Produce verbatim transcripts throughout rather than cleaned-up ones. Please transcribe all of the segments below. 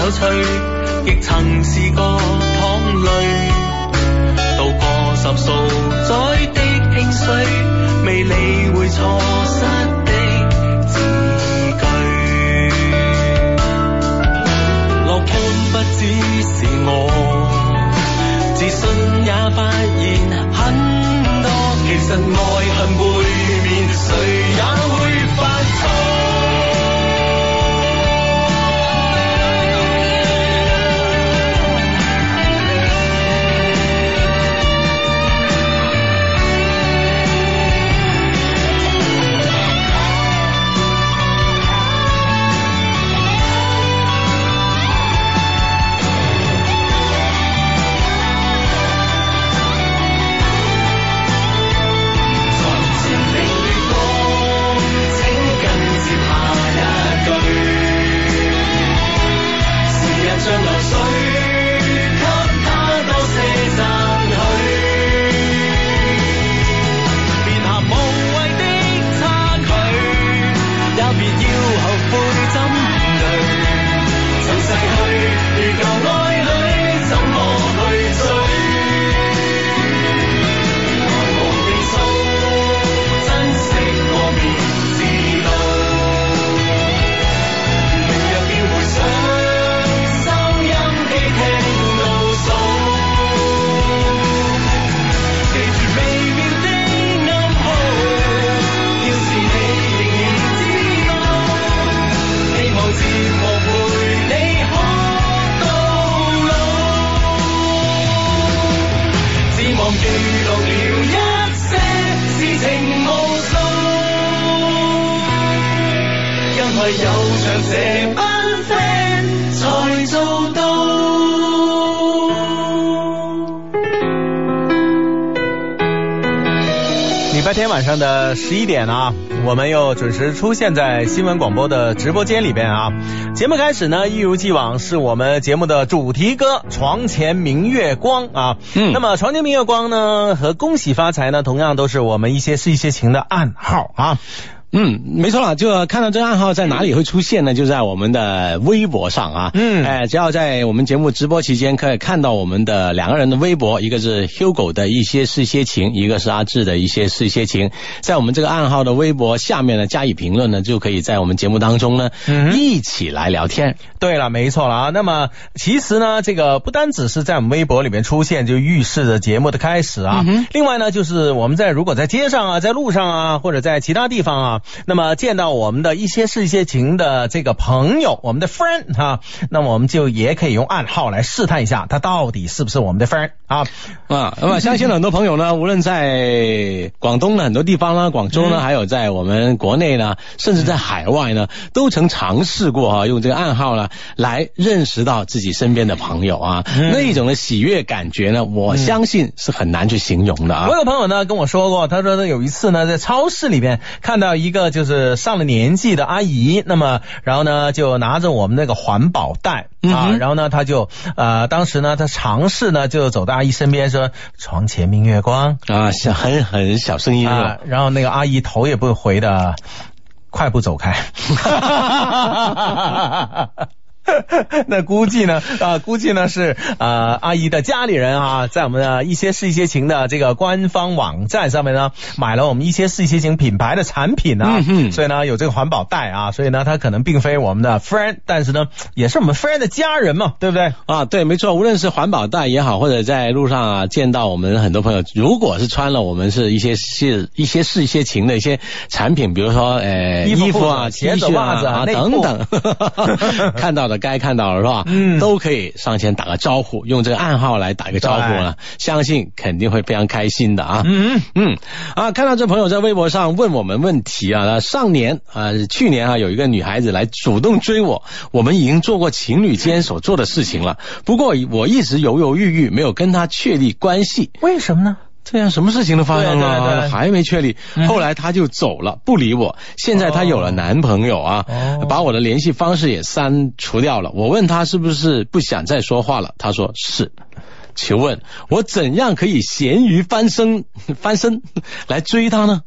有趣，亦曾試過淌淚，渡過十數載的興衰，未理會錯失的字句。樂觀不只是我，自信也發現很多，其實愛恨背面，誰也會犯錯。礼拜天晚上的十一点啊，我们又准时出现在新闻广播的直播间里边啊。节目开始呢，一如既往是我们节目的主题歌《床前明月光》啊。嗯，那么《床前明月光》呢和恭喜发财呢，同样都是我们一些事一些情的暗号啊。 嗯，没错了，就看到这个暗号在哪里会出现呢？就在我们的微博上啊。嗯，哎，只要在我们节目直播期间可以看到我们的两个人的微博，一个是 Hugo 的一些事一些情，一个是阿志的一些事一些情，在我们这个暗号的微博下面呢加以评论呢，就可以在我们节目当中呢、嗯、一起来聊天。 对了，没错了啊。那么其实呢，这个不单只是在我们微博里面出现，就预示着节目的开始啊。嗯、另外呢，就是我们在如果在街上啊，在路上啊，或者在其他地方啊。那么见到我们的一些事一些情的这个朋友，我们的 friend 哈，那么我们就也可以用暗号来试探一下他到底是不是我们的 friend 啊啊。那么相信很多朋友呢，无论在广东的很多地方呢，广州呢、嗯，还有在我们国内呢，甚至在海外呢，都曾尝试过哈、啊，用这个暗号呢来认识到自己身边的朋友啊，嗯、那一种的喜悦感觉呢，我相信是很难去形容的啊。 我有朋友呢跟我说过，他说呢有一次呢在超市里边看到一个就是上了年纪的阿姨，那么然后呢就拿着我们那个环保袋、嗯、啊，然后呢他就呃当时呢他尝试呢就走到阿姨身边说床前明月光啊，小很很小声音啊， 然后那个阿姨头也不回的快步走开。那估计呢啊，估计呢是呃阿姨的家里人啊，在我们的一些事一些情的这个官方网站上面呢，买了我们一些事一些情品牌的产品啊、嗯，所以呢有这个环保袋啊，所以呢他可能并非我们的 friend， 但是呢也是我们 friend 的家人嘛，对不对啊？对，没错，无论是环保袋也好，或者在路上啊见到我们很多朋友，如果是穿了我们是一些是一些事一些情的一些产品，比如说呃衣服啊、 鞋子、袜子啊等等，看到的。该看到了是吧？嗯，都可以上前打个招呼，用这个暗号来打一个招呼呢，相信肯定会非常开心的啊。嗯嗯啊，看到这朋友在微博上问我们问题啊，上年啊去年啊有一个女孩子来主动追我，我们已经做过情侣间所做的事情了，不过我一直犹犹豫豫，没有跟她确立关系， 为什么呢？ 这样什么事情都发生了， 对对对， 还没确立、嗯、后来他就走了，不理我，现在他有了男朋友啊、哦、把我的联系方式也删除掉了。我问他是不是不想再说话了，他说是。请问我怎样可以咸鱼翻身翻身来追他呢？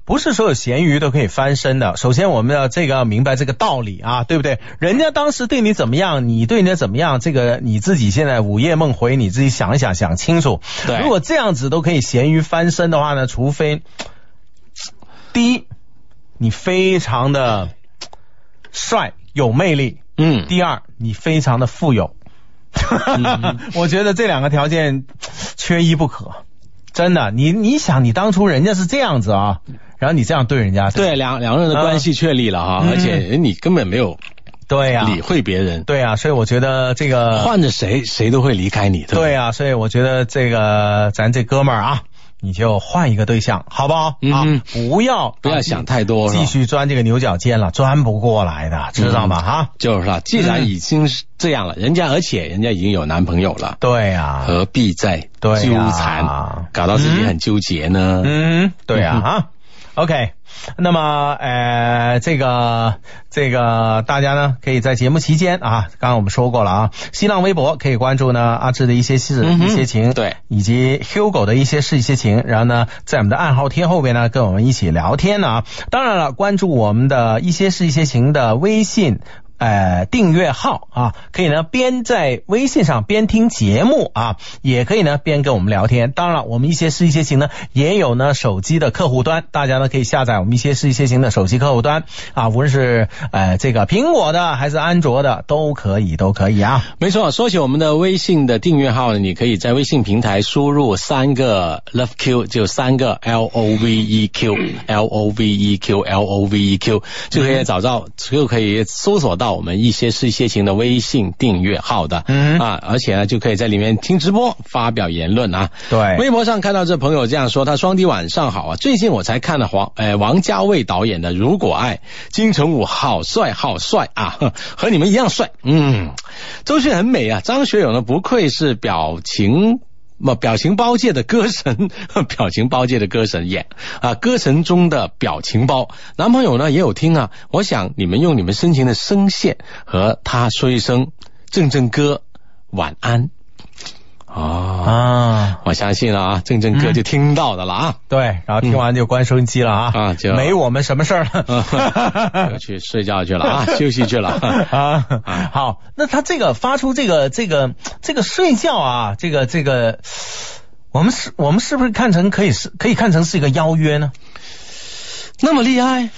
不是所有咸鱼都可以翻身的。首先我们要这个要明白这个道理啊，对不对？人家当时对你怎么样，你对人家怎么样，这个你自己现在午夜梦回，你自己想一想，想清楚。 对， 如果这样子都可以咸鱼翻身的话呢，除非第一，你非常的帅有魅力，嗯，第二，你非常的富有。嗯、我觉得这两个条件缺一不可。真的，你你想，你当初人家是这样子啊，然后你这样对人家， 对两两个人的关系确立了哈、嗯，而且你根本没有对呀理会别人， 对呀、啊，所以我觉得这个换着谁谁都会离开你， 对呀、啊，所以我觉得这个咱这哥们儿啊。你就换一个对象，好不好？嗯、啊，不要不要想太多， 继续钻这个牛角尖了，钻不过来的，知道吗？哈、嗯， 就是啊，既然已经是这样了，人家而且人家已经有男朋友了， 对呀、啊， 何必再纠缠、啊，搞到自己很纠结呢？ 嗯，对呀、啊，啊、嗯、，OK。那么呃这个这个大家呢可以在节目期间啊，刚刚我们说过了啊，新浪微博可以关注呢阿志的一些事、嗯、一些情， 对， 以及 Hugo 的一些事一些情，然后呢在我们的暗号贴后边呢跟我们一起聊天呢、啊。当然了，关注我们的一些事一些情的微信呃，订阅号啊，可以呢边在微信上边听节目啊，也可以呢边跟我们聊天。当然，我们一些事一些情呢也有呢手机的客户端，大家呢可以下载我们一些事一些情的手机客户端啊，无论是呃这个苹果的还是安卓的都可以，都可以啊。 没错，说起我们的微信的订阅号呢，你可以在微信平台输入三个 Love Q， 就三个 L O V E Q L O V E Q L O V E Q 就可以找到，就可以搜索到我们一些事一些情的微信订阅号的，嗯啊，而且呢就可以在里面听直播发表言论啊。 对，微博上看到这朋友这样说，他双迪晚上好啊，最近我才看了黄呃王家卫导演的《如果爱》，金城武好帅好帅啊，和你们一样帅。嗯，周迅很美啊，张学友呢不愧是表情。表情包界的歌神，表情包界的歌神也、yeah, 啊，歌神中的表情包。男朋友呢也有听啊，我想你们用你们深情的声线和他说一声正正哥晚安。哦啊，我相信了啊，正正哥就听到的了啊、嗯。 对，然后听完就关收音机了啊，啊就没我们什么事儿了， 就去睡觉去了啊，休息去了啊。好，那他这个发出这个这个这个睡觉啊，这个这个，我们是我们是不是看成可以是可以看成是一个邀约呢？ 那么厉害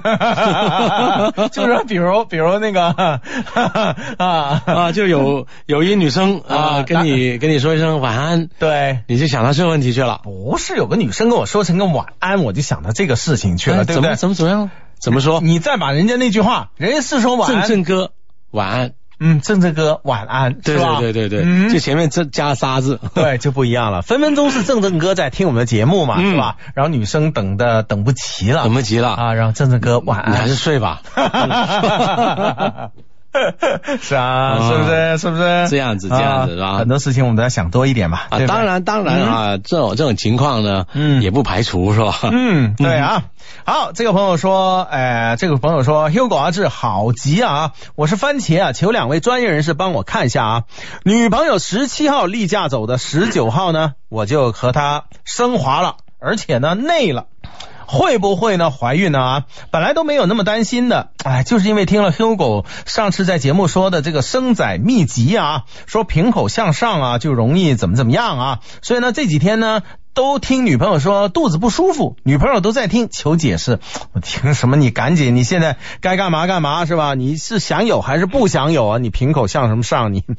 就是说比如比如那个啊啊就有有一女生啊跟你跟你说一声晚安， 对， 你就想到这个问题去了。 不是有个女生跟我说成个晚安，我就想到这个事情去了， 哎、 对不对？ 怎么怎么样？怎么说？ 你再把人家那句话，人家是说晚安， 正正哥晚安。 嗯，正正哥晚安， 对对对对对，嗯、就前面这加仨字， 对，就不一样了。分分钟是正正哥在听我们的节目嘛，嗯、是吧？然后女生等的等不及了， 等不及了啊！然后正正哥晚安， 你还是睡吧。 是啊，是不是？是不是这样子？这样子是吧、啊？ 很多事情我们都要想多一点吧。 啊，当然当然啊，嗯、这种这种情况呢，嗯，也不排除是吧？ 嗯，对啊。好，这个朋友说，呃，这个朋友说 ，Hugo 阿志好急啊！我是番茄啊，求两位专业人士帮我看一下啊。女朋友十七号例假走的，十九号呢，我就和她升华了，而且呢内了。会不会呢怀孕呢啊？本来都没有那么担心的，哎，就是因为听了 Hugo 上次在节目说的这个生仔秘籍啊，说瓶口向上啊就容易怎么怎么样啊，所以呢这几天呢都听女朋友说肚子不舒服，女朋友都在听求解释。我听什么？你赶紧，你现在该干嘛干嘛是吧？你是想有还是不想有啊？你瓶口向什么上？你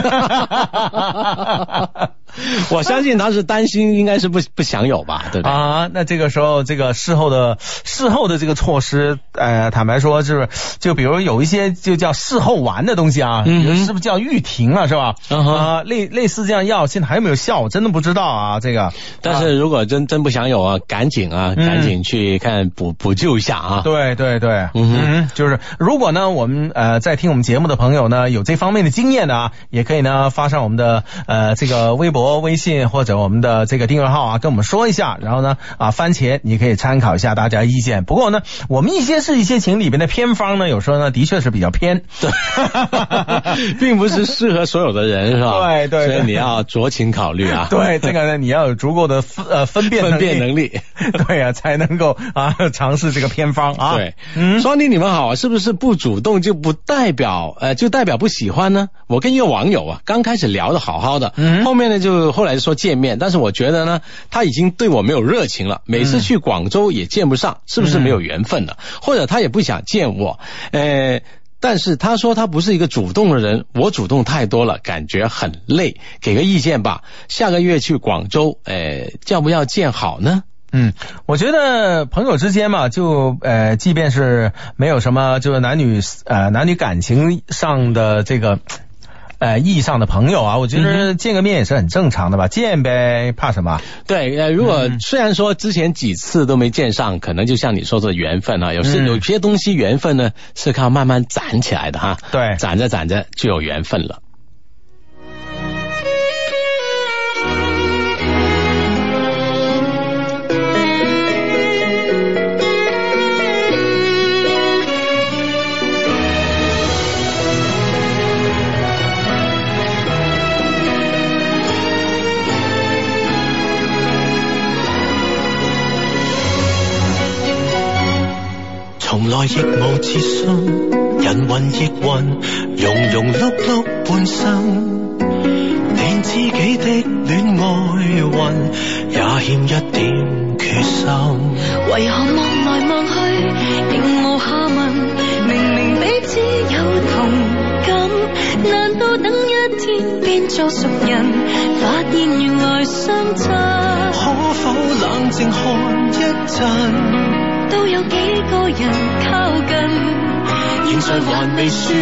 我相信他是担心，应该是不不想有吧，对不对啊？那这个时候，这个事后的事后的这个措施，呃，坦白说，就是就比如有一些就叫事后丸的东西啊，嗯、是不是叫预停了是吧？嗯、啊，类类似这样药，现在还有没有效？我真的不知道啊，这个。 但是如果真真不想有啊，赶紧啊，嗯、赶紧去看补补救一下啊。 对对对，嗯哼，就是如果呢，我们呃在听我们节目的朋友呢，有这方面的经验的啊，也可以呢发上我们的呃这个微博。 博、微信或者我们的这个订阅号啊，跟我们说一下，然后呢啊，番茄你可以参考一下大家意见。不过呢，我们一些是一些情里边的偏方呢，有时候呢的确是比较偏，对， 并不是适合所有的人，是吧？ 对对， 所以你要酌情考虑啊。 对，这个呢你要有足够的呃分辨分辨能力， 对啊，才能够啊尝试这个偏方啊。 对，嗯，双弟你们好，是不是不主动就不代表呃就代表不喜欢呢？我跟一个网友啊，刚开始聊得好好的，嗯，后面呢就后来说见面，但是我觉得呢，他已经对我没有热情了，每次去广州也见不上，是不是没有缘分了？或者他也不想见我，呃。但是他说他不是一个主动的人，我主动太多了，感觉很累，给个意见吧。下个月去广州，呃，要不要见好呢？ 嗯，我觉得朋友之间嘛，就呃，即便是没有什么，就是男女呃男女感情上的这个呃意义上的朋友啊，我觉得见个面也是很正常的吧，见呗，怕什么？ 对，呃，如果虽然说之前几次都没见上，可能就像你说的缘分啊，有些、嗯、有些东西缘分呢是靠慢慢攒起来的哈， 对， 攒着攒着就有缘分了。 從來亦無自信，人云亦云，庸庸碌碌半生，連自己的戀愛運也欠一點決心。 為何望來望去，仍無下文，明明彼此有同感，難道等一天變作熟人，發現原來相差？ 可否冷靜看一陣？ 都有幾個人靠近， 現在還未說，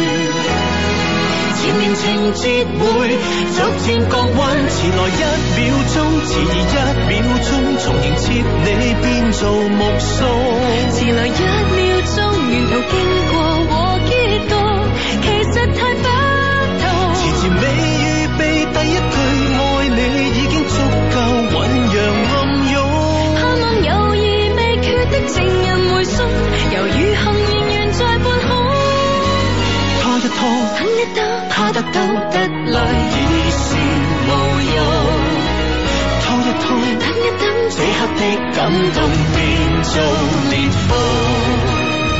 前面情節會逐漸降溫，遲來一秒鐘，遲疑一秒鐘，從迎接你變做目送， 遲來一秒鐘，沿途經過和結局，其實太不同， 遲遲未預備第一句愛你，已經足夠醞釀暗湧， 盼望猶豫未決的情人回信，猶如幸仍然在半空， 拖一拖， 等一等， 怕得到得來已是無用，拖一拖， 等一等， 這刻的感動變做烈風。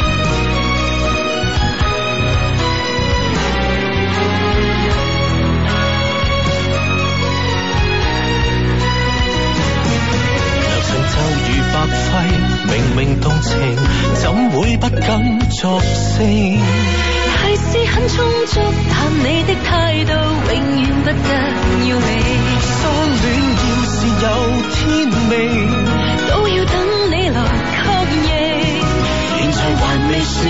就如白費，明明動情，怎會不敢作聲？ 提示很充足，但你的態度永遠不得要命。 相戀要是有天命， 都要等你來確認。 現在還未說，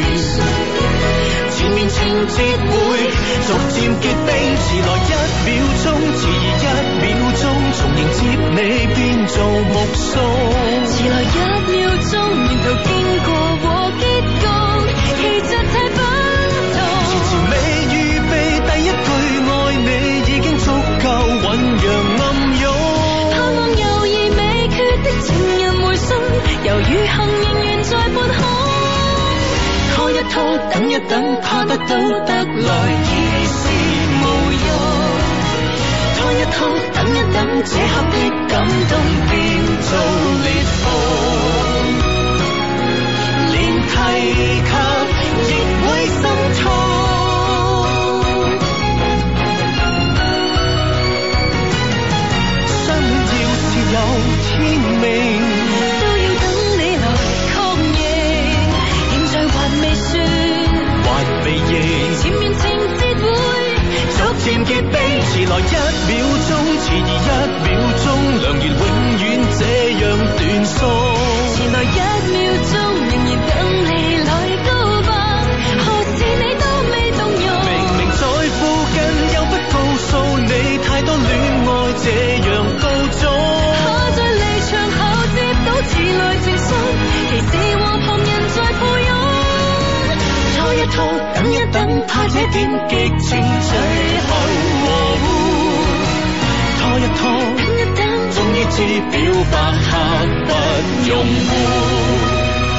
前面情節會逐漸結冰，遲來一秒鐘，遲疑一秒鐘，從迎接你變做目送， 遲來一秒鐘，沿途經過和結局，其實太不同， 遲遲未預備第一句愛你，已經足夠醞釀暗湧， 盼望猶豫未決的情人回信，猶如幸仍然在半空， 拖一拖，等一等，怕得到得來已是無用，拖一拖，等一等，這刻的感動變做烈風，連提及亦會心痛，相戀要是有天命， 都要等你來確認。現在還未說， 還未認， 前面情節會逐漸結冰，遲來一秒鐘，遲疑一秒鐘，良緣永遠這樣斷送， 遲來一秒鐘，仍然等你來告白，何時你都未動容， 明明在附近又不告訴你，太多戀愛這樣告終， 怕在離場後接到遲來情信，其時和旁人在抱擁， 拖一拖，等一等，怕這點激情最後和緩， 拖一拖， 等一等， 終於知表白刻不容緩。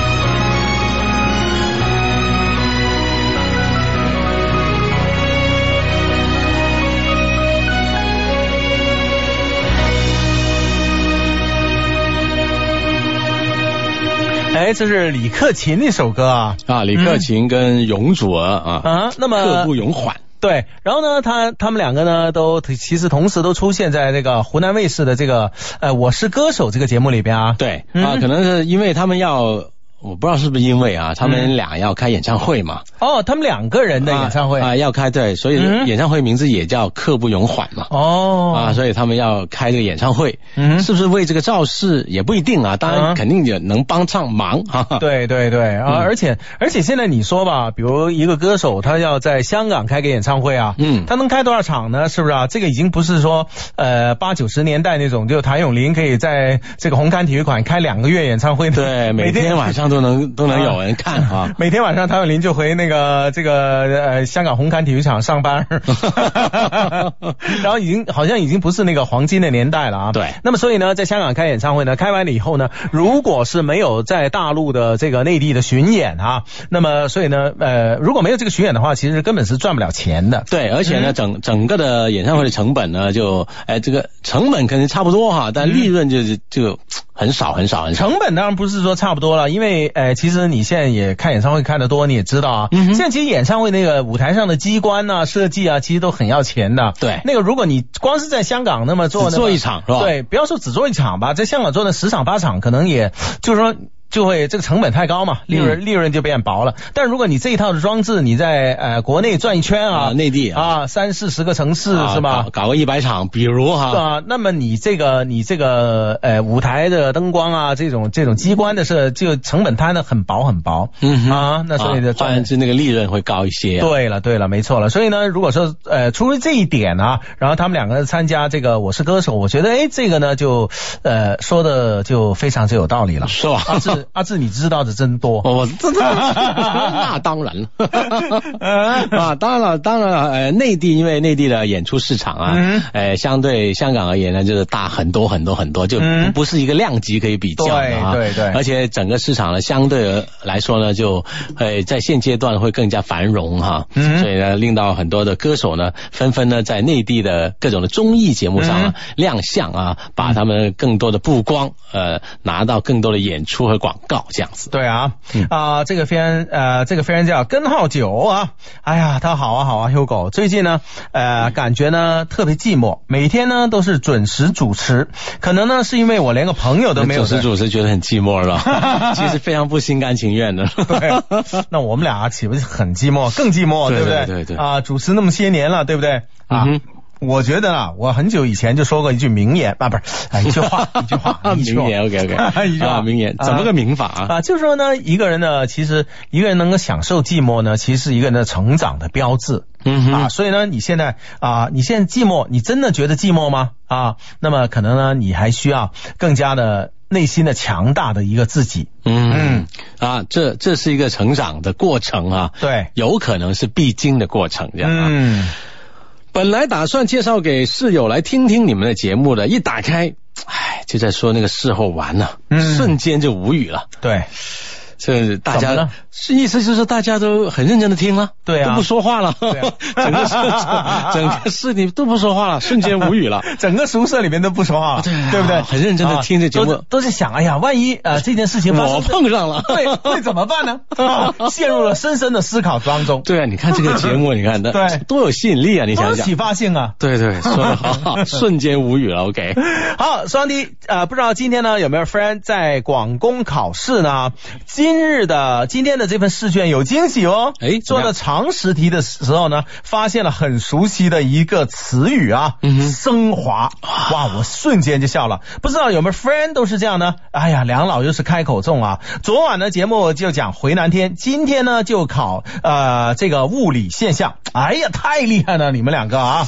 哎，这是李克勤那首歌啊啊，李克勤跟容祖儿啊啊，那么刻不容缓。 对，然后呢，他他们两个呢，都其实同时都出现在这个湖南卫视的这个呃《我是歌手》这个节目里边啊。 对、 嗯、 啊，可能是因为他们要，我不知道是不是因为啊，他们俩要开演唱会嘛。 哦，他们两个人的演唱会啊, 啊要开，对，所以演唱会名字也叫刻不容缓嘛。 哦啊，所以他们要开这个演唱会， 嗯， 是不是为这个造势也不一定啊，当然肯定也能帮上忙哈、啊。 对对对啊、嗯，而且而且现在你说吧，比如一个歌手他要在香港开个演唱会啊， 嗯， 他能开多少场呢？是不是啊？这个已经不是说呃八九十年代那种，就谭咏麟可以在这个红磡体育馆开两个月演唱会， 对，每天晚上都能都能有人看啊， 每天晚上谭咏麟就回那个这个呃香港红磡体育场上班，然后已经好像已经不是那个黄金的年代了啊。 对， 那么所以呢，在香港开演唱会呢，开完了以后呢，如果是没有在大陆的这个内地的巡演啊，那么所以呢，呃，如果没有这个巡演的话，其实根本是赚不了钱的。 对，而且呢，嗯、整整个的演唱会的成本呢，就哎这个成本可能差不多哈，但利润就就很少很少很少。 成本当然不是说差不多了，因为呃，其实你现在也看演唱会看得多，你也知道啊，嗯、现在其实演唱会那个舞台上的机关啊、设计啊，其实都很要钱的。 对， 那个如果你光是在香港那么做， 只做一场是吧？ 对，不要说只做一场吧，在香港做的十场八场，可能也就是说。就会这个成本太高嘛，利润、嗯、利润就变薄了。但如果你这一套的装置你在呃国内转一圈啊， 内、啊、地啊三四十个城市、啊、是吧？ 搞, 搞个一百场，比如哈啊，那么你这个你这个呃舞台的灯光啊，这种这种机关的设，就成本摊的很薄很薄， 嗯啊，那所以的换言之那个利润会高一些、啊。 对了对了，没错了。所以呢，如果说呃除了这一点啊，然后他们两个参加这个《我是歌手》，我觉得哎这个呢就呃说的就非常之有道理了， 是吧？ 阿志阿志，你知道的真多， 我真的那当然了啊，当然了，当然了，呃，内地因为内地的演出市场啊，嗯、呃，相对香港而言呢，就是大很多很多很多，就不、嗯、不是一个量级可以比较的啊， 对对对， 而且整个市场呢，相对来说呢，就呃在现阶段会更加繁荣哈，嗯、所以呢，令到很多的歌手呢，纷纷呢在内地的各种的综艺节目上啊、嗯、亮相啊，把他们更多的曝光，呃，拿到更多的演出和广告。这样子， 对啊，嗯、啊，这个飞人呃，这个飞人叫根号九啊，哎呀，他好啊好啊 ，Hugo， 最近呢，呃，感觉呢特别寂寞，每天呢都是准时主持，可能呢是因为我连个朋友都没有。 准时主持觉得很寂寞了，其实非常不心甘情愿的。 对，那我们俩岂不是很寂寞，更寂寞， 对不对？ 对对对啊，主持那么些年了，对不对？啊。嗯我觉得啊，我很久以前就说过一句名言啊，不是、啊、一句话，一句话，一句名言 ，OK OK， 一句话、 啊，名言，怎么个名法啊？ 啊，就是说呢，一个人呢，其实一个人能够享受寂寞呢，其实是一个人的成长的标志。 嗯哼， 啊，所以呢，你现在啊，你现在寂寞，你真的觉得寂寞吗？啊，那么可能呢，你还需要更加的内心的强大的一个自己。 嗯嗯啊，这这是一个成长的过程啊， 对， 有可能是必经的过程，这样啊。 嗯。 本来打算介绍给室友来听听你们的节目的，一打开，唉，就在说那个事后完了，嗯，瞬间就无语了。 对， 这大家是意思就是大家都很认真的听了， 对啊， 都不说话了，对啊、整个整个室里都不说话了，瞬间无语了， 整个宿舍里面都不说话了， 对、啊、 对不对？ 很认真的听这节目，啊、 都, 都是想，哎呀，万一呃这件事情发生我碰上了， 会会怎么办呢？啊、陷入了深深的思考当中。 对啊，你看这个节目，你看的对多有吸引力啊！你想想， 多启发性啊！ 对对，说得好，瞬间无语了。OK， 好，双弟呃，不知道今天呢有没有 friend 在广工考试呢？今日的今天的这份试卷有惊喜哦！哎，做的常识题的时候呢，发现了很熟悉的一个词语啊，嗯、升华。哇，我瞬间就笑了。不知道有没有 friend 都是这样呢？哎呀，梁老又是开口重啊！昨晚的节目就讲回南天，今天呢就考呃这个物理现象。哎呀，太厉害了，你们两个啊！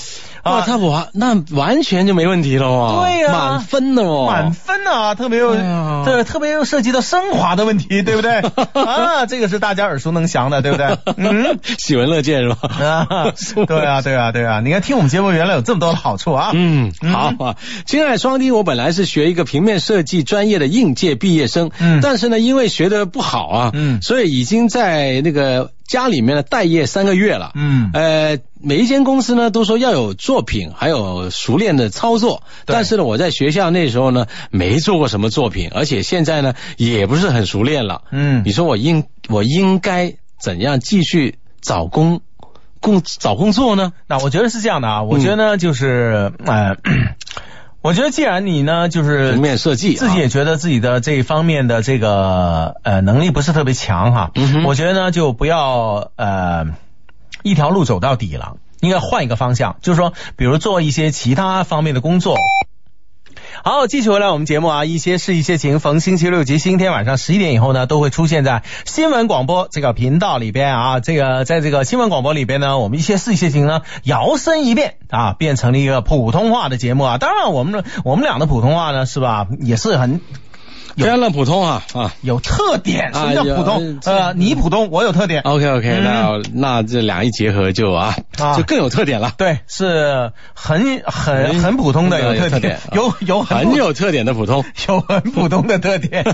哇，他完那完全就没问题了哦， 对呀、啊， 满分的哦， 满分啊，特别有，对、哎，特别有涉及到升华的问题，对不对？啊，这个是大家耳熟能详的，对不对？嗯， 喜闻乐见是吧？ 啊，对啊，对啊，对啊，你看听我们节目原来有这么多的好处啊。 嗯，好啊，亲爱的双低，我本来是学一个平面设计专业的应届毕业生，嗯，但是呢，因为学的不好啊，嗯，所以已经在那个家里面呢待业三个月了，嗯，呃，每一间公司呢都说要有作品，还有熟练的操作，但是呢，我在学校那时候呢没做过什么作品，而且现在呢也不是很熟练了，嗯，你说我应我应该怎样继续找工工找工作呢？ 那我觉得是这样的啊，我觉得呢、嗯、就是呃。我觉得既然你呢就是平面设计自己也觉得自己的这一方面的这个呃能力不是特别强哈、嗯、我觉得呢就不要呃一条路走到底了，应该换一个方向，就是说比如做一些其他方面的工作。好，继续回来我们节目啊，一些事一些情，逢星期六及星期天晚上十一点以后呢，都会出现在新闻广播这个频道里边啊。这个在这个新闻广播里边呢，我们一些事一些情呢，摇身一变啊，变成了一个普通话的节目啊。当然，我们我们俩的普通话呢，是吧，也是很。 非常的普通啊啊， 有特点。什么叫普通？啊、呃，你普通，我有特点。 OK OK，、嗯、那那这俩一结合就啊，啊就更有特点了。 对，是很很很普通的有特点，有特点有有 很, 很有特点的普通， 有很普通的特点。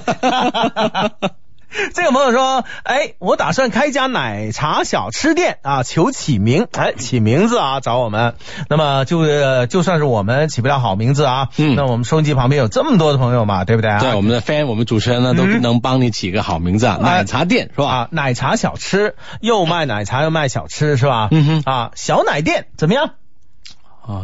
这个朋友说，哎，我打算开家奶茶小吃店啊，求起名，哎，起名字啊，找我们。那么就就算是我们起不了好名字啊，嗯，那我们收音机旁边有这么多的朋友嘛，对不对啊？ 对，我们的 fan， 我们主持人呢、嗯、都能帮你起个好名字啊，奶茶店是吧？ 啊，奶茶小吃，又卖奶茶又卖小吃是吧？嗯哼，啊，小奶店怎么样 ？OK。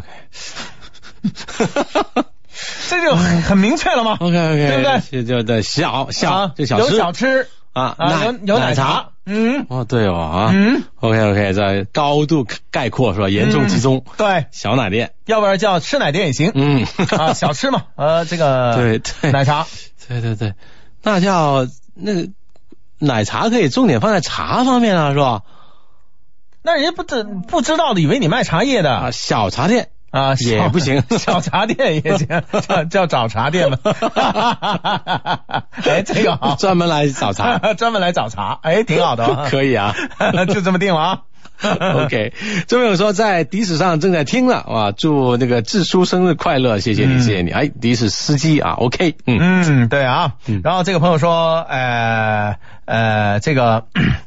这就很很明确了吗 ？OK OK， 对不对？ 这就的小小这小吃有小吃啊， 啊有有奶茶，嗯， 哦对哦啊，嗯 ，OK OK， 在高度概括是吧？严重集中， 嗯、对， 小奶店， 要不然叫吃奶店也行，嗯啊，小吃嘛，呃，这个对对奶茶， 对对对，那叫那个奶茶可以重点放在茶方面啊，是吧？ 那人家不知不知道的，以为你卖茶叶的啊，小茶店。 啊， 也不行， 小茶店也行，叫叫找茶店嘛。哎，这个好， 专门来找茶， 专门来找茶，哎，挺好的、啊， 可以啊， 就这么定了啊。 OK， 这位友说在的士上正在听了，哇，祝那个智叔生日快乐，谢谢你，嗯、谢谢你。哎，的士司机啊 ，OK， 嗯嗯，对啊。嗯、然后这个朋友说，呃呃，这个。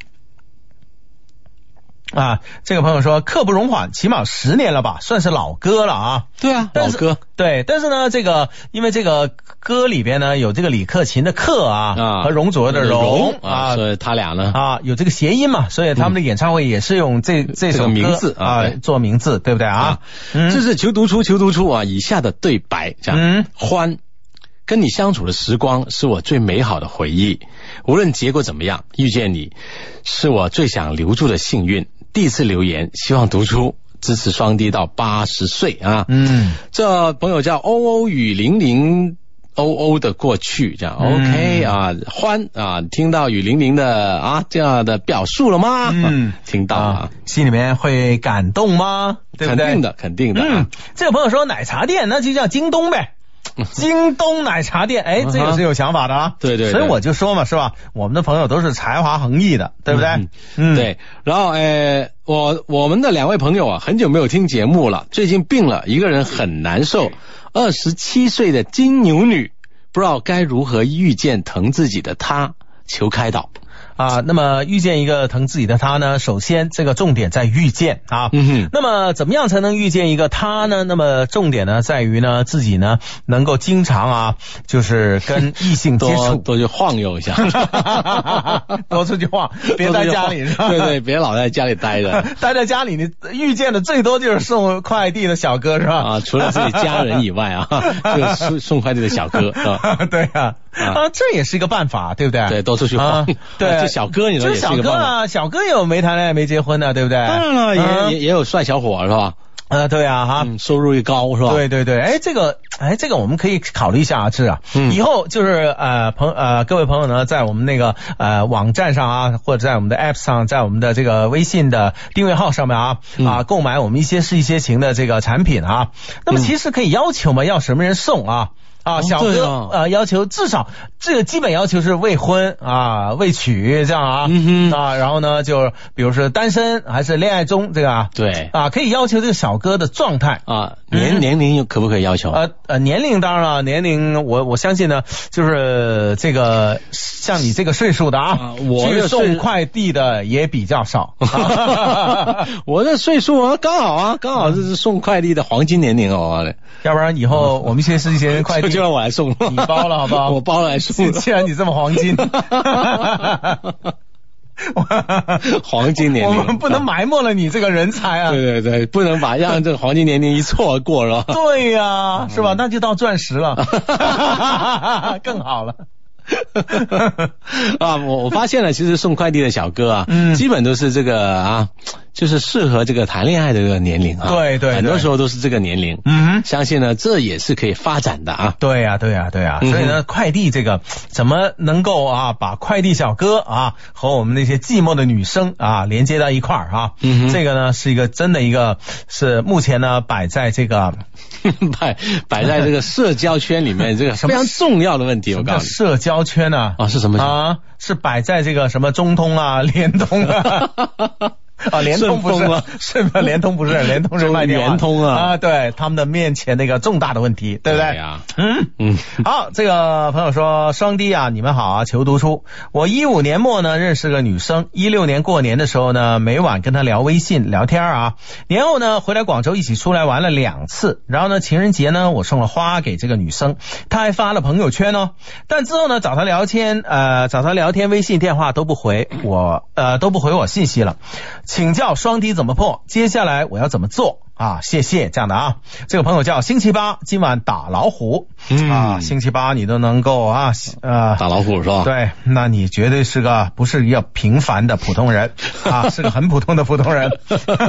啊，这个朋友说刻不容缓，起码十年了吧，算是老歌了啊。 对啊，老歌。 对，但是呢，这个因为这个歌里边呢有这个李克勤的克啊，啊和容祖儿的容啊，所以他俩呢啊有这个谐音嘛，所以他们的演唱会也是用这、嗯、这首歌、这个、 名字啊做名字，对不对啊？啊嗯、这是求读出求读出啊，以下的对白这样，嗯，欢。跟你相处的时光是我最美好的回忆，无论结果怎么样，遇见你是我最想留住的幸运。第一次留言，希望读出，支持双低到八十岁啊！嗯，这朋友叫欧欧与零零欧欧的过去，这样、嗯、OK 啊，欢啊，听到雨玲玲的啊这样的表述了吗？嗯，听到了、啊， 心里面会感动吗？对不对？ 肯定的，肯定的、啊。 嗯，这个朋友说奶茶店那就叫京东呗。京东奶茶店，哎，这个是有想法的啊。 对 对, 对， 所以我就说嘛，是吧？我们的朋友都是才华横溢的，对不对？嗯， 嗯对。然后，呃，我我们的两位朋友啊，很久没有听节目了，最近病了，一个人很难受。二十七岁的金牛女，不知道该如何遇见疼自己的她，求开导。 啊，那么遇见一个疼自己的他呢，首先这个重点在遇见啊。嗯哼。那么怎么样才能遇见一个他呢？那么重点呢在于呢自己呢能够经常啊，就是跟异性接触， 多, 多去晃悠一下， 多出去晃，别在家里是吧？ 对对，别老在家里待着。 待在家里，你遇见的最多就是送快递的小哥是吧？ 啊，除了自己家人以外啊，就送送快递的小哥是吧？ 对啊。啊，这也是一个办法，对不对？ 对，多出去晃。啊、 对， 这小哥你说也是一个办法。 小哥啊，小哥也有没谈恋爱没结婚的，对不对？ 当然了，也、嗯、也也有帅小伙是吧？ 呃，对啊，哈、 嗯，收入又高是吧？ 对对对，哎，这个，哎，这个我们可以考虑一下啊，志啊， 嗯， 以后就是呃朋呃各位朋友呢，在我们那个呃网站上啊，或者在我们的 App 上，在我们的这个微信的订阅号上面啊、嗯、啊购买我们一些是一些情的这个产品啊，那么其实可以要求嘛，要什么人送啊？啊，小哥、哦啊、呃，要求至少这个基本要求是未婚啊、未娶这样啊，嗯哼啊，然后呢，就比如说单身还是恋爱中这个啊， 对啊，可以要求这个小哥的状态啊，年、嗯、年龄可不可以要求？ 呃呃，年龄当然了，年龄我我相信呢，就是这个像你这个岁数的啊，啊我去送快递的也比较少， 我这岁数啊刚好啊，刚好是送快递的黄金年龄哦， 要不然以后我们一些是一些人快递。 就让我来送， 你包了好不好？ 我包了来送。 既然你这么黄金， 黄金年龄， 我们不能埋没了你这个人才啊！ 对对对，不能把让这个黄金年龄一错而过了。 对呀、啊，是吧？那就到钻石了，更好了。 啊，我我发现了，其实送快递的小哥啊，嗯，基本都是这个啊，就是适合这个谈恋爱的这个年龄啊。 对 对, 对， 很多时候都是这个年龄。嗯，相信呢，这也是可以发展的啊。 对呀、啊，对呀、啊，对呀、啊。所以呢，快递这个怎么能够啊，把快递小哥啊和我们那些寂寞的女生啊连接到一块儿啊？嗯，这个呢是一个真的一个是目前呢摆在这个摆摆在这个社交圈里面这个非常重要的问题。我告诉你， 社交圈呢啊是什么啊？是摆在这个什么中通啊、联通啊。啊，联通不是，顺丰联通不是，联通是卖电话， 联通啊， 啊，对，他们的面前那个重大的问题，对不对？ 对呀， 嗯嗯。好，这个朋友说，双低啊，你们好啊，求读出。我一五年末呢认识个女生，一六年过年的时候呢，每晚跟她聊微信聊天啊，年后呢回来广州一起出来玩了两次，然后呢情人节呢我送了花给这个女生，她还发了朋友圈哦，但之后呢找她聊天，呃找她聊天微信电话都不回我，呃都不回我信息了。请教双低怎么破？接下来我要怎么做啊？谢谢这样的啊。这个朋友叫星期八，今晚打老虎、嗯、啊，星期八你都能够啊呃打老虎是吧？ 对，那你绝对是个不是一个平凡的普通人啊，是个很普通的普通人。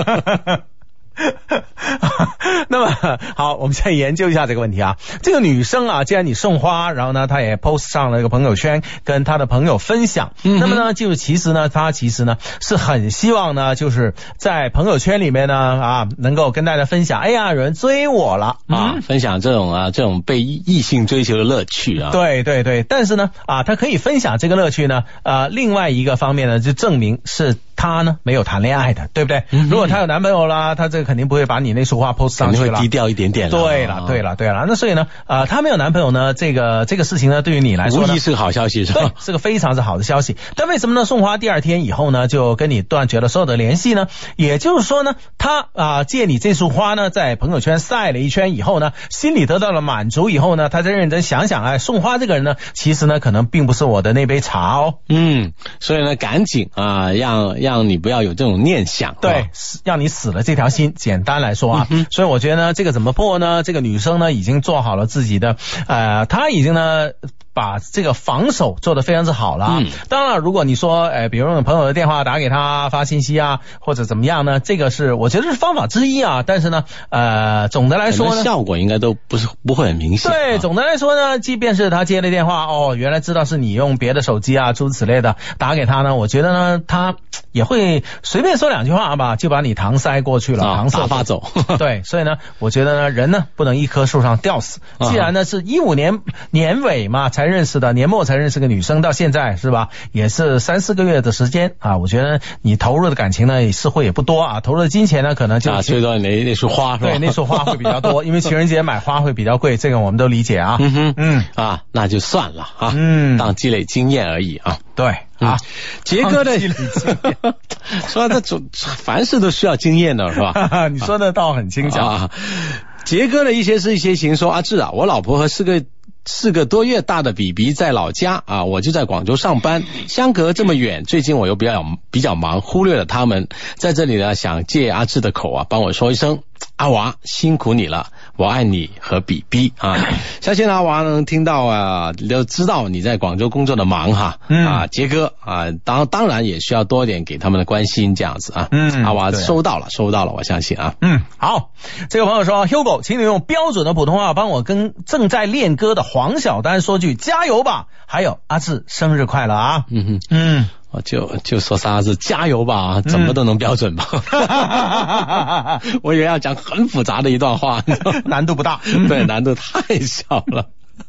那么好，我们再研究一下这个问题啊。这个女生啊，既然你送花，然后呢她也 post 上了一个朋友圈跟她的朋友分享、嗯、那么呢就是其实呢她其实呢是很希望呢就是在朋友圈里面呢啊能够跟大家分享，哎呀有人追我了啊、嗯、分享这种啊这种被异性追求的乐趣啊。 对对对，但是呢啊她可以分享这个乐趣呢呃另外一个方面呢就证明是她呢没有谈恋爱的，对不对、嗯、如果她有男朋友啦，她这个肯定不会把你那束花 post 上去了， 肯定会低调一点点了。 对了对了对了，那所以呢呃她没有男朋友呢，这个这个事情呢对于你来说呢无疑是个好消息是吧？ 对，是个非常之好的消息。但为什么呢送花第二天以后呢就跟你断绝了所有的联系呢？也就是说呢她啊、呃、借你这束花呢在朋友圈晒了一圈以后呢，心里得到了满足以后呢，她再认真想想，哎送花这个人呢其实呢可能并不是我的那杯茶哦。 嗯，所以呢赶紧啊、呃、让让你不要有这种念想， 对，让你死了这条心。简单来说啊、嗯、所以我觉得呢这个怎么破呢？这个女生呢已经做好了自己的呃她已经呢把这个防守做得非常之好了、嗯、当然如果你说呃比如用朋友的电话打给他发信息啊或者怎么样呢，这个是我觉得是方法之一啊，但是呢呃总的来说呢效果应该都不是不会很明显。 对、啊、总的来说呢，即便是他接了电话，哦原来知道是你用别的手机啊诸如此类的打给他呢，我觉得呢他也会随便说两句话吧就把你搪塞过去了、 啊、打发走。 对，所以呢我觉得呢人呢不能一棵树上吊死，既然呢是一五年年尾嘛才认识的，年末才认识个女生，到现在是吧也是三四个月的时间啊，我觉得你投入的感情呢似乎也不多啊，投入的金钱呢可能就啊最多那那束花是吧？ 对，那束花会比较多因为情人节买花会比较贵，这个我们都理解啊。 嗯哼嗯啊那就算了啊，嗯，当积累经验而已啊。 对啊， 杰哥的说这种凡事都需要经验的是吧？ 你说的倒很轻巧啊。杰哥的一些事一些情说，阿志啊，我老婆和四个四个多月大的 B B 在老家啊，我就在广州上班，相隔这么远，最近我又比较比较忙，忽略了他们，在这里呢想借阿志的口啊帮我说一声， 阿娃辛苦你了，我爱你和比比啊！相信阿娃能听到啊，都知道你在广州工作的忙哈，嗯、啊，杰哥啊，当当然也需要多点给他们的关心这样子啊。嗯，阿娃收到了，收到了，我相信啊。 嗯，好，这个朋友说 ，Hugo， 请你用标准的普通话帮我跟正在练歌的黄小丹说句加油吧，还有阿志生日快乐啊！ 嗯哼， 嗯。 我就就说仨字，加油吧，怎么都能标准吧。嗯、我以为要讲很复杂的一段话， 难度不大， 对，难度太小了。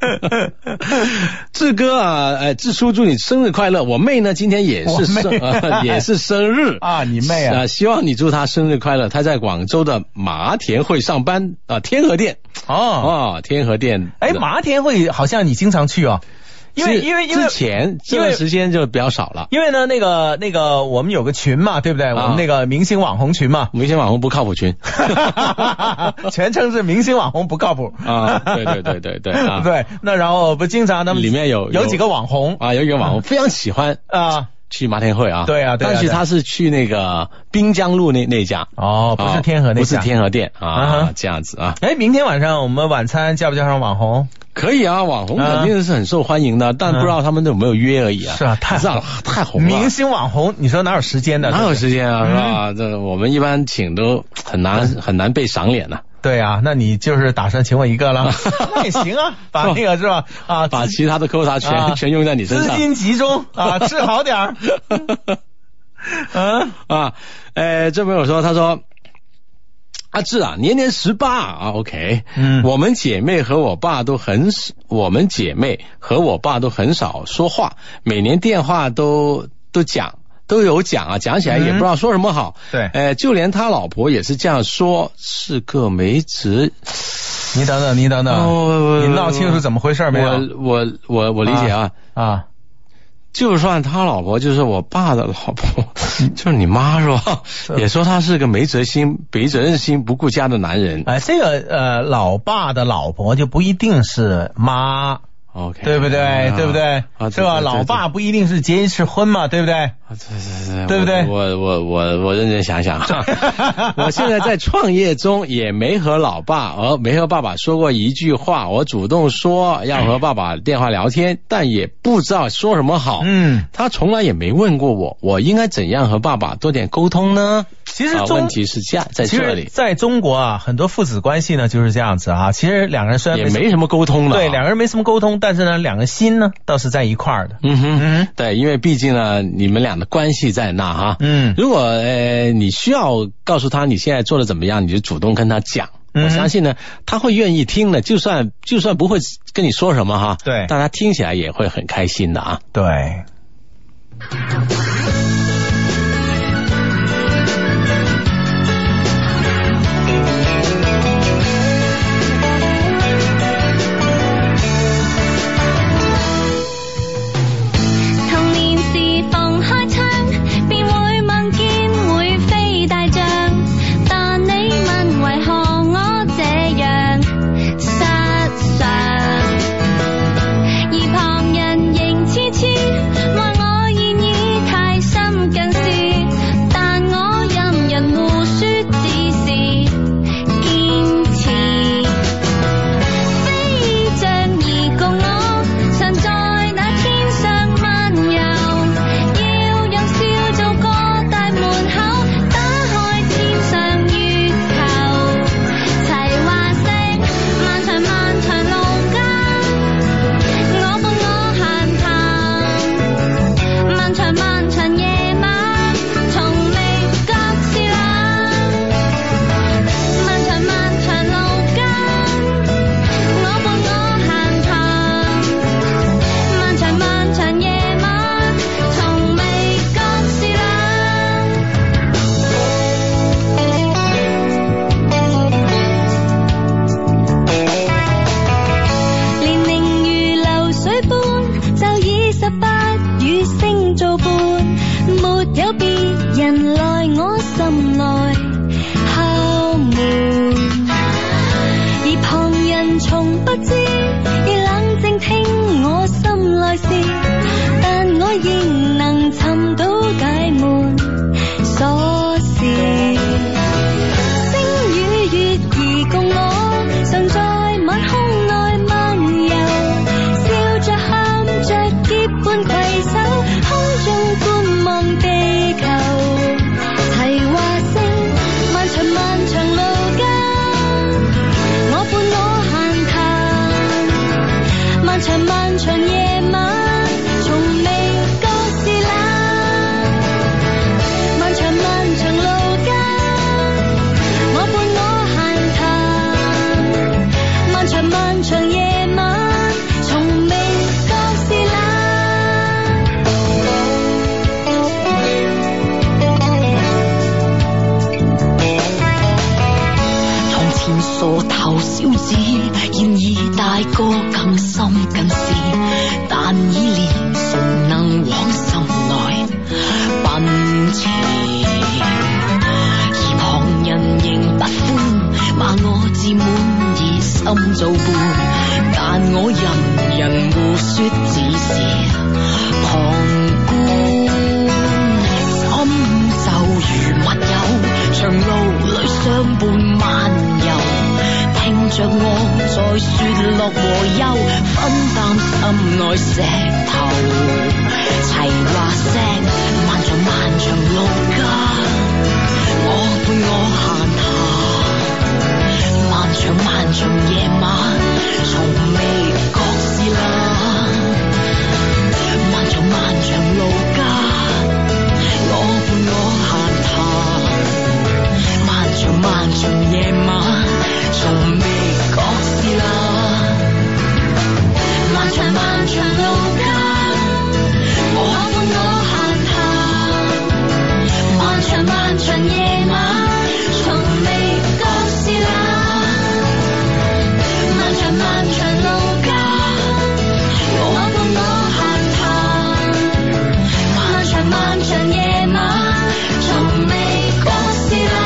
志哥啊，哎，志叔祝你生日快乐！我妹呢，今天也是生、呃、也是生日啊，你妹啊、 呃！希望你祝她生日快乐。她在广州的麻田会上班啊、呃，天河店哦哦，天河店。 哎，麻田会好像你经常去哦。因为因为因为之前这段时间就比较少了， 因为呢，那个那个我们有个群嘛，对不对？啊、我们那个明星网红群嘛， 明星网红不靠谱群， 全称是明星网红不靠谱啊！对对对对对啊！ 对，那然后不经常他们里面有有几个网红啊，有一个网红非常喜欢啊。去麻田会啊， 对啊，对啊， 但是他是去那个滨江路那那家哦，不是天河那家， 不是天河店啊，啊这样子啊。 哎，明天晚上我们晚餐叫不叫上网红？ 可以啊，网红肯定是很受欢迎的，啊、但不知道他们有没有约而已啊。 是啊，太好太红了， 明星网红，你说哪有时间的？ 哪有时间啊，是吧？嗯、这我们一般请都很难很难被赏脸呐、啊。 对啊，那你就是打算请我一个了？那也行啊，把那个是吧？啊， 把其他的 quota 全、啊、全用在你身上， 资金集中啊，吃好点儿。 嗯啊，呃，这朋友说，他说。阿志啊，年年十八啊 ，OK， 嗯，我们姐妹和我爸都很，我们姐妹和我爸都很少说话，每年电话都都讲都有讲啊，讲起来也不知道说什么好， 对、 嗯，呃，就连他老婆也是这样说，是个没职。 你等等，你等等，哦、你闹清楚怎么回事没有？ 我我我我理解啊啊。啊就算他老婆就是我爸的老婆，就是你妈是吧？也说他是个没责心、没责任心、不顾家的男人。 哎，这个呃，老爸的老婆就不一定是妈 ，OK， 对不对？啊、对不对？啊、是吧？老爸不一定是结一次婚嘛，对不对？ 对对对， 对不对？ 我我我我认真想想，我现在在创业中，也没和老爸，而没和爸爸说过一句话。我主动说要和爸爸电话聊天，但也不知道说什么好。嗯，他从来也没问过我，我应该怎样和爸爸多点沟通呢？ 其实、啊、 问题是这在这里， 在中国啊，很多父子关系呢就是这样子啊。其实两个人虽然也没什么沟通了， 对，两个人没什么沟通，但是呢，两个心呢倒是在一块儿的。 嗯哼，嗯，对，因为毕竟呢，你们俩的关系在那哈。嗯，如果呃你需要告诉他你现在做的怎么样，你就主动跟他讲。嗯、我相信呢，他会愿意听的，就算就算不会跟你说什么哈， 对， 但他听起来也会很开心的啊。 对。 傻頭小子，現已大個更深更是，但已練成能往心內奔馳。而旁人仍不歡，罵我自滿以心做伴，但我人人互說只是旁觀。心就如密友，長路裏相伴漫遊，聽着我在說樂和憂，分擔心內石頭，齊話聲漫長漫長路間，我伴我閒談，漫長漫長夜晚從未覺是冷，漫長漫長路間我伴我閒談，漫長漫長夜晚從未覺是冷，漫長漫長路間我伴我閒談，漫長漫長夜晚從未覺是冷，漫長漫長路間我伴我閒談，漫長漫長夜晚從未覺是冷。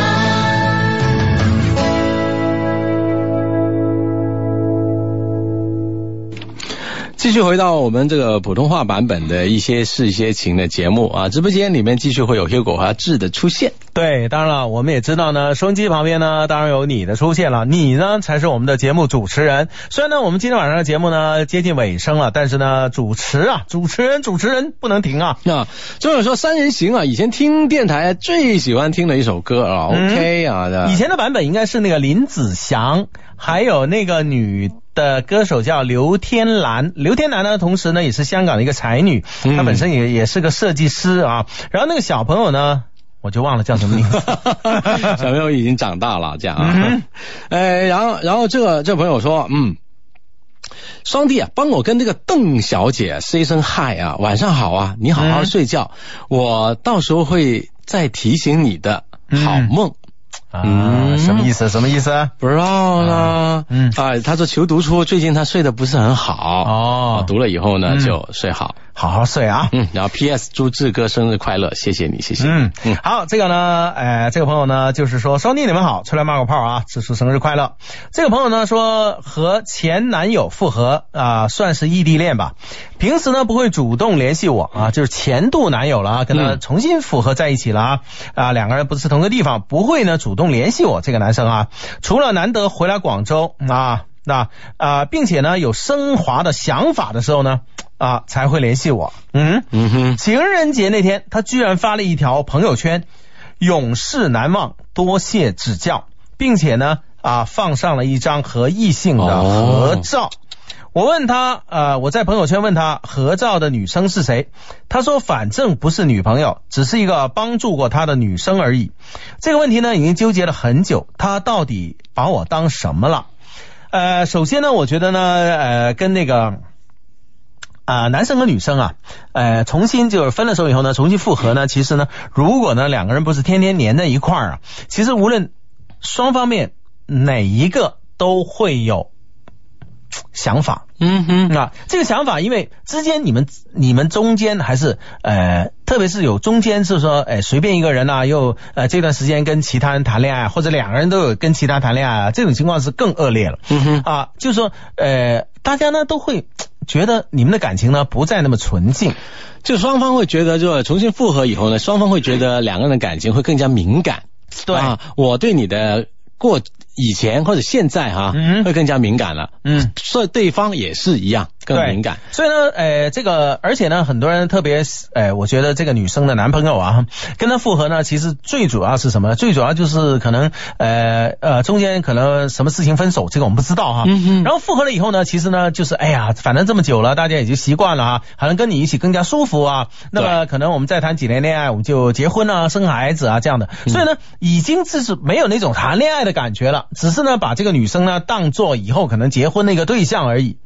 继续回到我们这个普通话版本的一些事一些情的节目啊，直播间里面继续会有 Hugo 和志的出现。 对，当然了，我们也知道呢，收音机旁边呢，当然有你的出现了，你呢才是我们的节目主持人。虽然呢，我们今天晚上的节目呢接近尾声了，但是呢，主持啊，主持人，主持人不能停啊。 那就有说三人行啊，以前听电台最喜欢听的一首歌啊、嗯、，OK 啊， 以前的版本应该是那个林子祥，还有那个女的歌手叫刘天兰，刘天兰呢，同时呢也是香港的一个才女，她本身也也是个设计师啊。然后那个小朋友呢，我就忘了叫什么名字， 小朋友已经长大了，这样啊。嗯、呃，然后然后这个这个朋友说，嗯，双弟啊，帮我跟这个邓小姐 say 声 hi 啊，晚上好啊，你好好睡觉，嗯、我到时候会再提醒你的，好梦。嗯啊、嗯，什么意思？什么意思？ 不知道呢。嗯啊，他说求读出，最近他睡得不是很好哦， 读了以后呢、嗯、就睡好， 好好睡啊。 嗯，然后 P S 祝志哥生日快乐，谢谢你，谢谢。 嗯嗯，好，这个呢，呃，这个朋友呢就是说，双弟你们好，出来冒个泡啊，祝叔生日快乐。这个朋友呢说和前男友复合啊、呃，算是异地恋吧，平时呢不会主动联系我啊，就是前度男友了啊，跟他重新复合在一起了啊，啊，两个人不是同个地方，不会呢主动联系我这个男生啊，除了难得回来广州啊，那啊，并且呢有升华的想法的时候呢啊才会联系我。嗯嗯哼，情人节那天他居然发了一条朋友圈，永世难忘，多谢指教，并且呢啊放上了一张和异性的合照。哦，我问他，呃，我在朋友圈问他合照的女生是谁，他说反正不是女朋友，只是一个帮助过他的女生而已。这个问题呢已经纠结了很久，他到底把我当什么了？呃，首先呢，我觉得呢，呃，跟那个啊、呃，男生和女生啊，呃，重新就是分了手以后呢，重新复合呢，其实呢，如果呢两个人不是天天黏在一块儿啊，其实无论双方面哪一个都会有想法。嗯哼，啊，这个想法，因为之间你们你们中间还是呃，特别是有中间是说，哎，随便一个人啊，又呃这段时间跟其他人谈恋爱，或者两个人都有跟其他谈恋爱啊，这种情况是更恶劣了。嗯哼，啊，就是说呃，大家呢都会觉得你们的感情呢不再那么纯净， 就双方会觉得，就重新复合以后呢，双方会觉得两个人的感情会更加敏感。 对啊，我对你的过以前或者现在哈、啊嗯，会更加敏感了。嗯，所以对方也是一样更敏感。 所以呢，呃，这个而且呢，很多人特别，呃，我觉得这个女生的男朋友啊，跟她复合呢，其实最主要是什么？最主要就是可能，呃呃，中间可能什么事情分手，这个我们不知道哈。嗯嗯。然后复合了以后呢，其实呢，就是哎呀，反正这么久了，大家也就习惯了哈，好像跟你一起更加舒服啊。那么可能我们再谈几年恋爱，我们就结婚啊，生孩子啊这样的。所以呢，已经就是没有那种谈恋爱的感觉了。只是呢，把这个女生呢当做以后可能结婚的一个对象而已。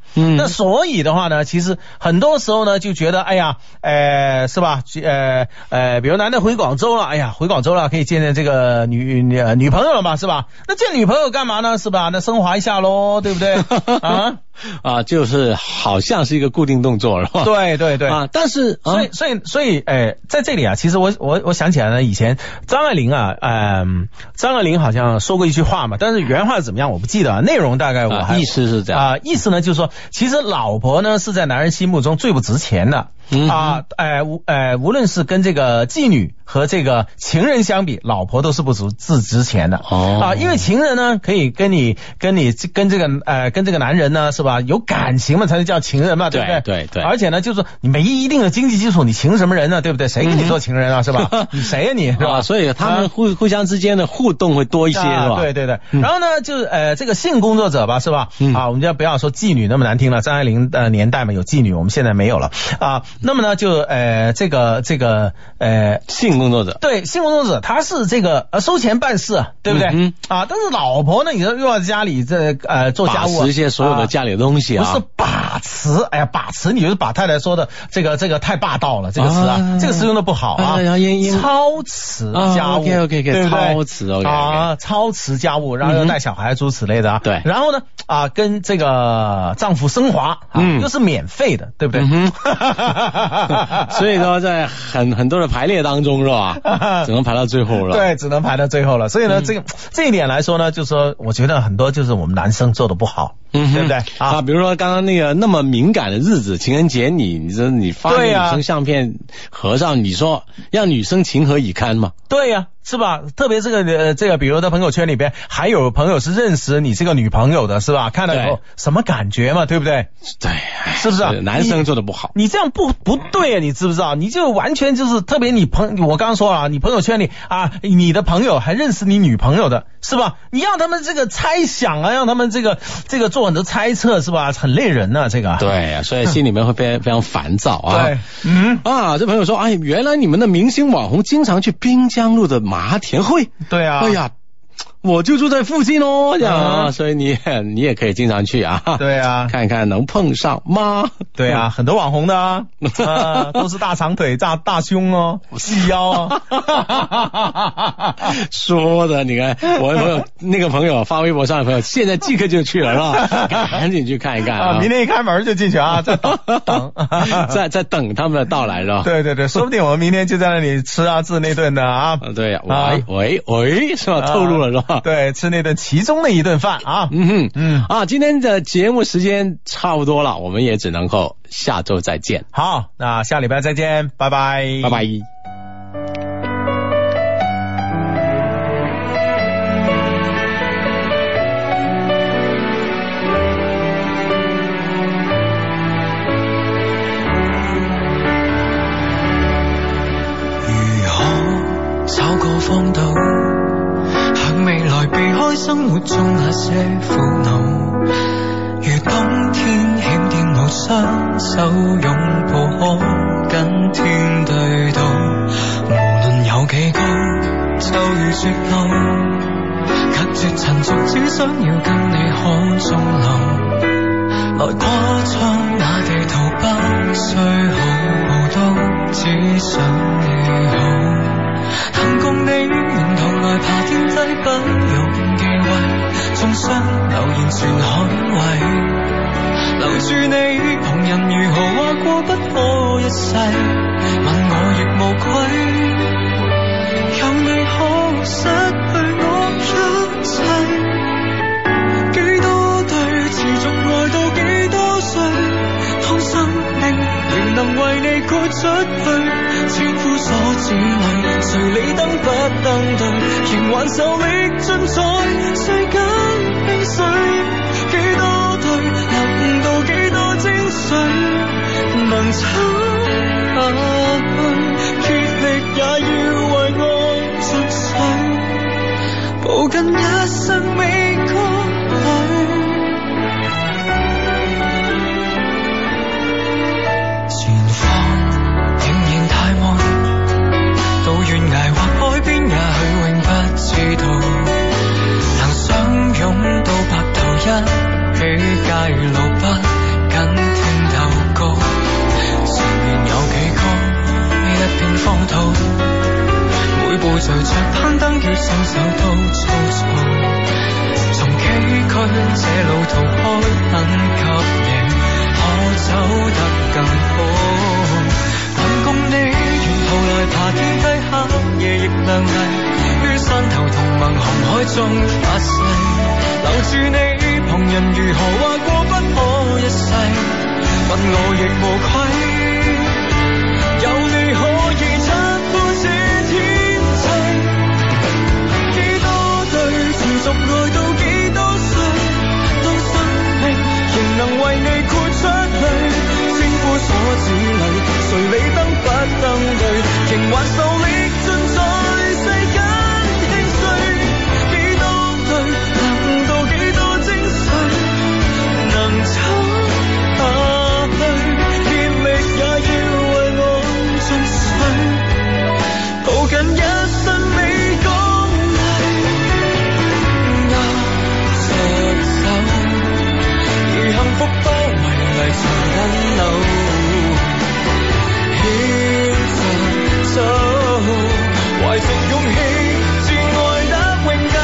嗯，那所以的话呢，其实很多时候呢就觉得，哎呀，呃，是吧？呃呃，比如男的回广州了，哎呀，回广州了可以见见这个女女、呃、女朋友了吧，是吧？那见女朋友干嘛呢？是吧？那升华一下喽，对不对？啊啊，就是好像是一个固定动作，是吧？ 对对对啊，但是所以所以所以，哎，在这里啊，其实我我我想起来呢，以前张爱玲啊，嗯，张爱玲好像说过一句话嘛，但是原话怎么样我不记得啊，内容大概我还、 啊、意思是这样啊、呃，意思呢就是说，其实老婆呢是在男人心目中最不值钱的。 嗯啊，呃，无呃，无论是跟这个妓女和这个情人相比，老婆都是不值自值钱的。 哦啊，因为情人呢可以跟你跟你跟这个呃跟这个男人呢是吧有感情嘛才能叫情人嘛，对不对？ 对对对。 而且呢，就是说你没一定的经济基础，你情什么人呢？对不对？谁跟你做情人啊？是吧？你谁呀你？是吧？ 啊，所以他们互、啊、互相之间的互动会多一些， 啊、 是吧？ 对对对。 嗯、 然后呢，就是呃这个性工作者吧，是吧？嗯、啊，我们就不要说妓女那么难听了，张爱玲的年代嘛有妓女，我们现在没有了啊。那么呢，就呃。呃，这个这个呃， 性工作者对性工作者，他是这个呃收钱办事，对不对？嗯啊，但是老婆呢，你说又要在家里这呃做家务， 把持一些所有的家里的东西啊， 不是把持，哎呀，把持，你就是把太太说的这个这个太霸道了，这个词啊，啊这个词用的不好啊，啊超持家务 ，OK OK OK， 对不对？ 超持 OK 啊，超持家务，然后又带小孩诸如此类的啊， 对， 然后呢啊，跟这个丈夫升华，嗯，又是免费的，对不对？ 嗯所以说，在很很多的排列当中，是吧？只能排到最后了。 对，只能排到最后了。所以呢，嗯、这个这一点来说呢，就是说，我觉得很多就是我们男生做的不好，嗯、对不对？ 啊, 啊，比如说刚刚那个那么敏感的日子，情人节你，你你说你发女生相片合上，啊、你说让女生情何以堪嘛？ 对呀、啊。是吧？特别这个呃，这个比如在朋友圈里边，还有朋友是认识你这个女朋友的，是吧？看了以后什么感觉嘛？对不对？ 对， 是不是、啊？ 男生做的不好， 你这样不不对啊！你知不知道？你就完全就是特别你朋，我刚刚说了，你朋友圈里啊，你的朋友还认识你女朋友的，是吧？你让他们这个猜想啊，让他们这个这个做很多猜测，是吧？很累人呐、啊，这个。 对啊，所以心里面会非常非常烦躁啊。 对，嗯啊，这朋友说，哎，原来你们的明星网红经常去滨江路的麻田会。 对啊， 哎呀，我就住在附近哦，这样啊，所以你你也可以经常去啊。 对啊， 看看能碰上吗？ 对啊，很多网红的啊，啊都是大长腿、大大胸哦，细腰啊。 说的，你看我我有那个朋友发微博上的朋友，现在即刻就去了，是吧？赶紧去看一看啊！ 明天一开门就进去啊，在等等， 在在等他们的到来，是吧？ 对对对，说不定我们明天就在那里吃阿志那顿的啊。 对呀，喂喂喂，是吧？透露了是吧？ 对，吃那顿其中的一顿饭啊。 嗯哼，嗯啊，今天的节目时间差不多了，我们也只能够下周再见。 好，那下礼拜再见，拜拜， 拜拜。 找個荒島，向未來避開生活中那些苦惱。如冬天險跌無雙手擁抱，可跟天對賭。無論有幾高，就如絕路，隔絕塵俗，只想要跟你可終老。來跨窗那地圖不需好好都只想你好。幸共你沿途來爬天際，不用忌諱，眾生留言全捍衛，留住你旁人如何話過不可一世，問我亦無愧，有你可失去我一切，幾多對持續愛到幾多歲，當生命仍能為你豁出去，千夫所指裏誰理燈不登對，仍還受力盡在世間興衰，幾多對留唔到幾多精髓，能撐下去，竭力也要為愛盡瘁，抱緊一生未過去。前方仍然太愛，到懸崖或海邊也許永不知道，能相擁到白頭一起，街路不荒土，每步隨着攀登與雙手都粗糙，從崎嶇這路途開很給你，可走得更好。能共你沿途來爬天梯，黑夜亦亮麗，於山頭同盟紅海中發誓，留住你旁人如何話過不可一世，問我亦無愧，有你可以親赴這天際。幾多對持續愛到幾多歲，當生命仍能為你豁出淚，千夫所指裏，誰理登不登對，仍還受力盡在世間輕碎。幾多對能到幾多精髓，能撐下去，竭力也要為我盡瘁，抱緊一生美光麗，押着走，而幸福多迷離長引流，牽着走，懷着勇氣自愛得永久。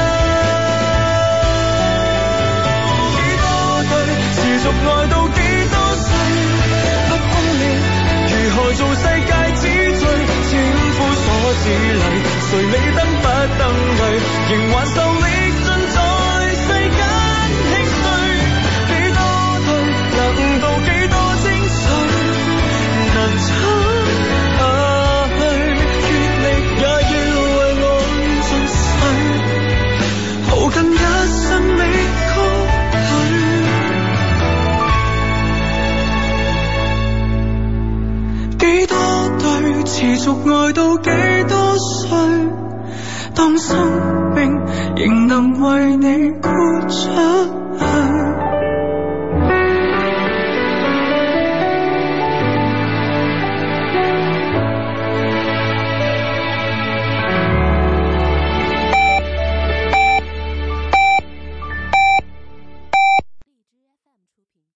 幾多對持續愛到幾多歲，不空了如何做世界之最，千夫所指裏，誰理登不登對，仍還受力盡在世間輕碎。幾多對能到幾多精髓，能撐下去，竭力也要為我盡瘁，抱緊一生美歌裏。幾多對持續愛到幾多歲，當生命仍能為你豁出去。